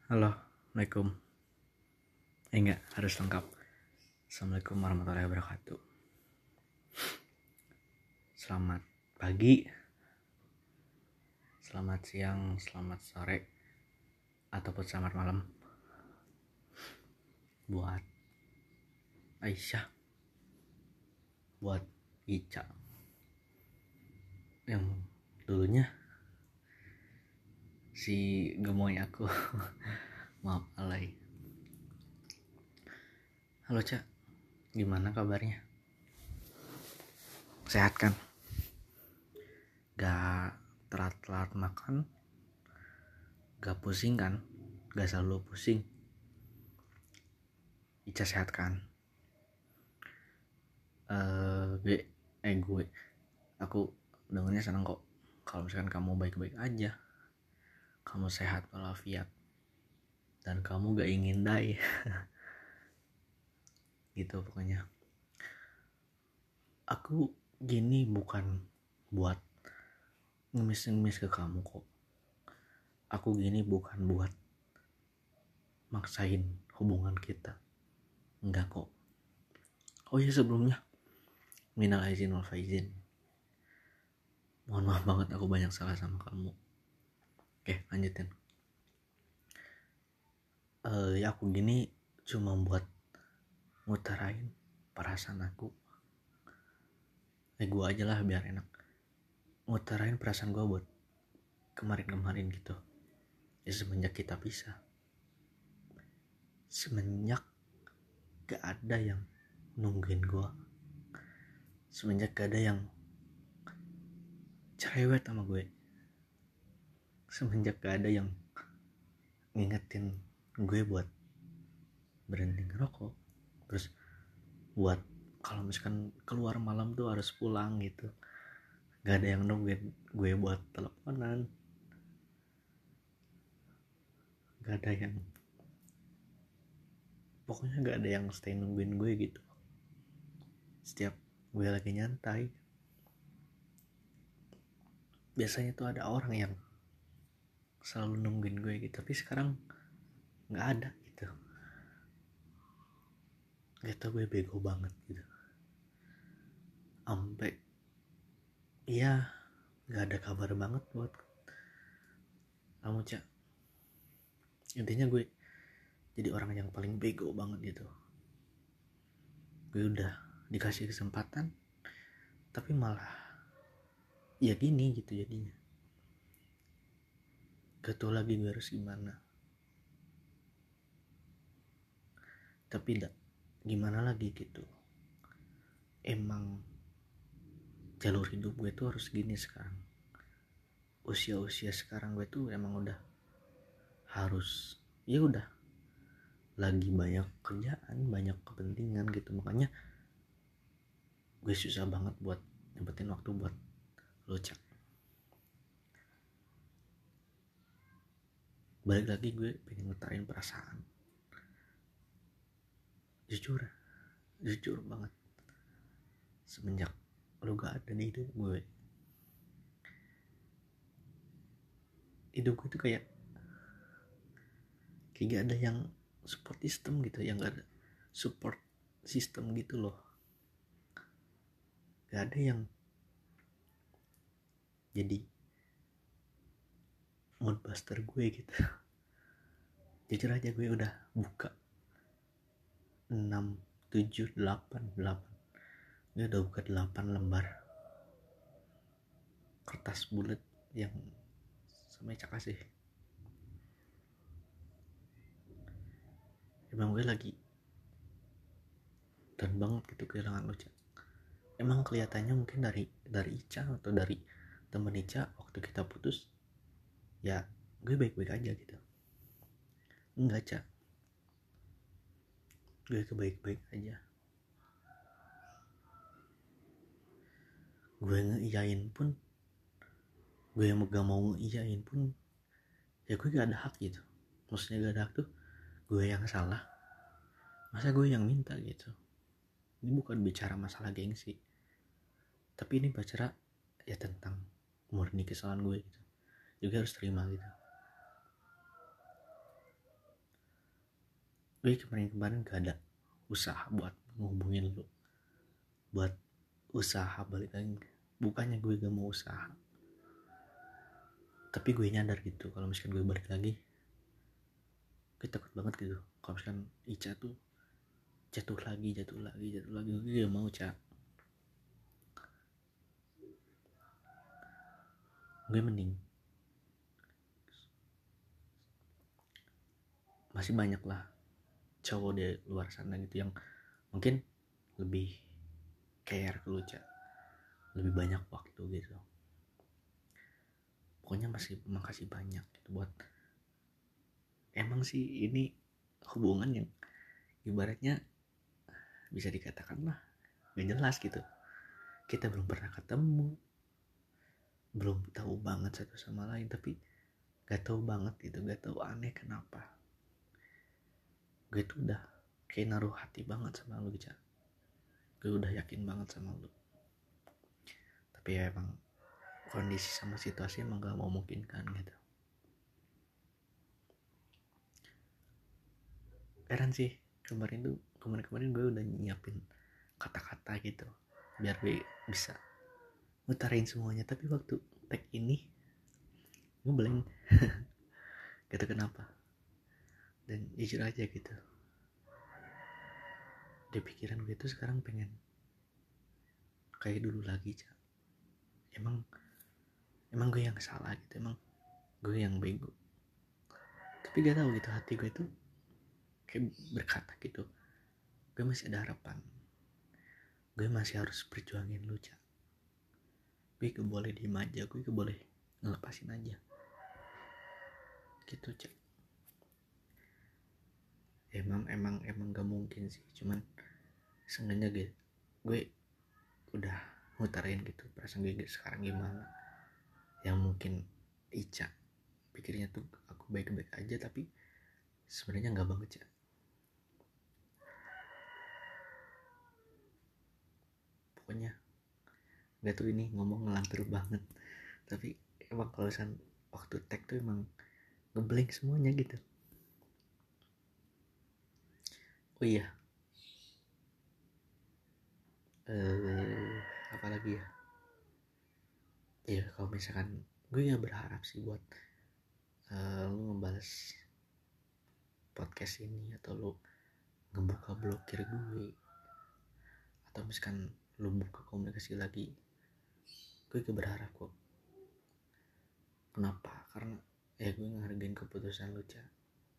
Halo, Assalamualaikum. Enggak, harus lengkap. Assalamualaikum warahmatullahi wabarakatuh. Selamat pagi, selamat siang, selamat sore, ataupun selamat malam buat Aisyah, buat Ica yang dulunya si gemoy aku. Maaf alay. Halo Ca, gimana kabarnya? Sehat kan? Gak telat-telat makan? Gak pusing kan? Gak selalu pusing? Ica sehat kan? Gue aku dengarnya senang kok kalau misalkan kamu baik-baik aja, kamu sehat walafiat, dan kamu gak ingin die. Gitu pokoknya. Aku gini bukan buat ngemis-ngemis ke kamu kok. Aku gini bukan buat maksain hubungan kita, enggak kok. Oh iya, sebelumnya minal aizin wal faizin, mohon maaf banget aku banyak salah sama kamu. Oke, lanjutin. Ya aku gini cuma buat ngutarain perasaan aku. Gue aja lah biar enak. Ngutarain perasaan gue buat kemarin-kemarin gitu. Ya semenjak kita pisah, semenjak gak ada yang nungguin gue, semenjak gak ada yang cerewet sama gue, semenjak gak ada yang ngingetin gue buat berhenti ngerokok, terus buat kalau misalkan keluar malam tuh harus pulang gitu. Gak ada yang nungguin gue buat teleponan, gak ada yang, pokoknya gak ada yang stay nungguin gue gitu. Setiap gue lagi nyantai, biasanya tuh ada orang yang selalu nungguin gue gitu. Tapi sekarang gak ada gitu. Gak tau gue bego banget gitu. Sampai iya gak ada kabar banget buat kamu Cak. Intinya gue jadi orang yang paling bego banget gitu. Gue udah dikasih kesempatan tapi malah ya gini gitu jadinya. Gak tau lagi gue harus gimana. Tapi gimana lagi gitu. Emang jalur hidup gue tuh harus gini sekarang. Usia sekarang gue tuh emang udah harus, ya udah lagi banyak kerjaan, banyak kepentingan gitu. Makanya gue susah banget buat nyempetin waktu buat lo Cak. Balik lagi gue pengen ngutarain perasaan. Jujur banget. Semenjak lo gak ada di hidup gue tuh kayak gak ada yang support system gitu, yang gak ada support system gitu loh. Gak ada yang jadi mood buster gue gitu. Jujur aja gue udah buka 6, 7, 8 gue udah buka 8 lembar kertas bulat yang sama Cak kasih. Emang gue lagi down banget gitu kehilangan lo Cak. Emang kelihatannya mungkin dari Ica atau dari temen Ica waktu kita putus ya gue baik-baik aja gitu. Enggak Cak, gue kebaik-baik aja. Gue ngeiyain pun, gue yang gak mau ngeiyain pun ya gue gak ada hak gitu. Maksudnya gak ada hak tuh gue yang salah, masa gue yang minta gitu. Ini bukan bicara masalah gengsi, tapi ini bicara ya tentang murni kesalahan gue gitu. Juga harus terima gitu. gue kemarin gak ada usaha buat ngehubungin lu, buat usaha balik lagi. Bukannya gue gak mau usaha, tapi gue nyadar gitu kalau misalkan gue balik lagi, gue takut banget gitu kalau misalkan Ica tuh jatuh lagi. Gue gak mau, Ca. Gue mending, masih banyak lah cowok di luar sana gitu yang mungkin lebih care ke lu, Ca, lebih banyak waktu gitu. Pokoknya makasih banyak gitu buat, emang sih ini hubungan yang ibaratnya bisa dikatakan lah gak jelas gitu. Kita belum pernah ketemu, belum tahu banget satu sama lain, tapi gak tahu banget gitu, gak tahu aneh kenapa gue tuh udah kayak naruh hati banget sama lu, Ca. Gue udah yakin banget sama lu, tapi ya emang kondisi sama situasi emang gak mau memungkinkan gitu. Heran sih, kemarin gue udah nyiapin kata-kata gitu biar gue bisa ngutarin semuanya, tapi waktu tag ini gue blank. Gak tau kenapa. Dan jujur aja gitu, di pikiran gue tuh sekarang pengen kayak dulu lagi, Ca. Emang gue yang salah gitu, emang gue yang bego, tapi gak tahu gitu hati gue tuh kayak berkata gitu, gue masih ada harapan, gue masih harus perjuangin lu, Ca. Gue gak boleh diem aja, gue gak boleh ngelepasin aja gitu, Ca. Emang gak mungkin sih, cuman seenggaknya gue udah ngutarin gitu perasaan gue sekarang gimana. Yang mungkin Ica pikirnya tuh aku baik-baik aja, tapi sebenarnya nggak banget, Ca. Pokoknya gak tuh, ini ngomong ngelantur banget, tapi emang kalau waktu tag tuh emang ngeblank semuanya gitu. Oh iya, apa lagi ya? Ya kalau misalkan gue gak berharap sih buat lu ngebales podcast ini, atau lu ngebuka blokir gue, atau misalkan lu buka komunikasi lagi. Gue gak berharap kok. Kenapa? Karena ya gue ngehargain keputusan lu, Ca.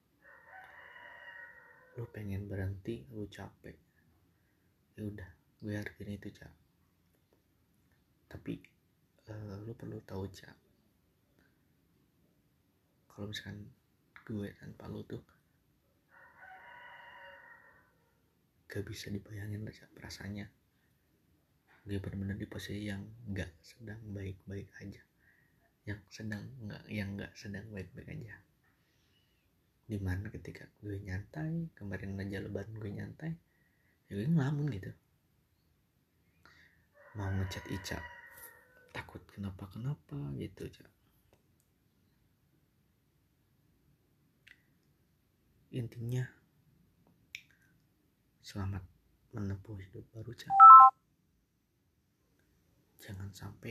Lu pengen berhenti, lu capek, ya udah, gue hargain itu, Ca. Tapi lu perlu tahu, Ca, kalau misalkan gue tanpa lu tuh gak bisa dibayangin lah, Ca, perasaannya. Gue bener-bener di posisi yang gak sedang baik-baik aja, yang gak sedang baik-baik aja. Dimana ketika gue nyantai, kemarin aja lebaran gue nyantai, ya gue ngelamun gitu, mau ngechat Ica takut kenapa gitu, Ca. Intinya selamat menempuh hidup baru, Ca. Jangan sampai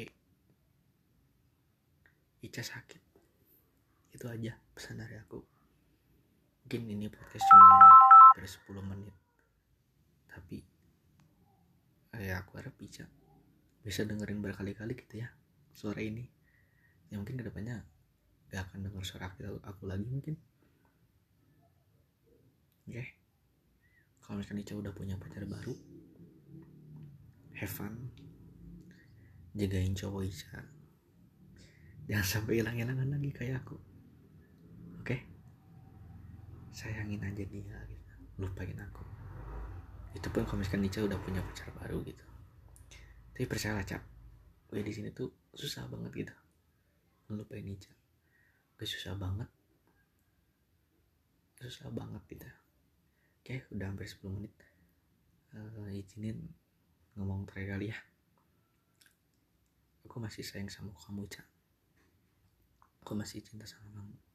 Ica sakit. Itu aja pesan dari aku. Mungkin ini podcast cuma hampir 10 menit, tapi ya aku harap Ica bisa dengerin berkali-kali gitu ya suara ini. Ya mungkin kedepannya gak akan denger suara aku lagi mungkin. Oke, kalau misalkan Ica udah punya pacar baru, have fun, jagain cowok Ica, jangan sampai hilang-hilangan lagi kayak aku. Oke, sayangin aja dia gitu, lupain aku. Itu pun kalau misalkan Ica udah punya pacar baru gitu. Tapi percayalah, Ca, gue di sini tuh susah banget gitu ngelupain Ica. Gue susah banget gitu. Oke, udah hampir 10 menit. Izinin ngomong terakhir kali ya. Aku masih sayang sama kamu, Ca. Aku masih cinta sama kamu.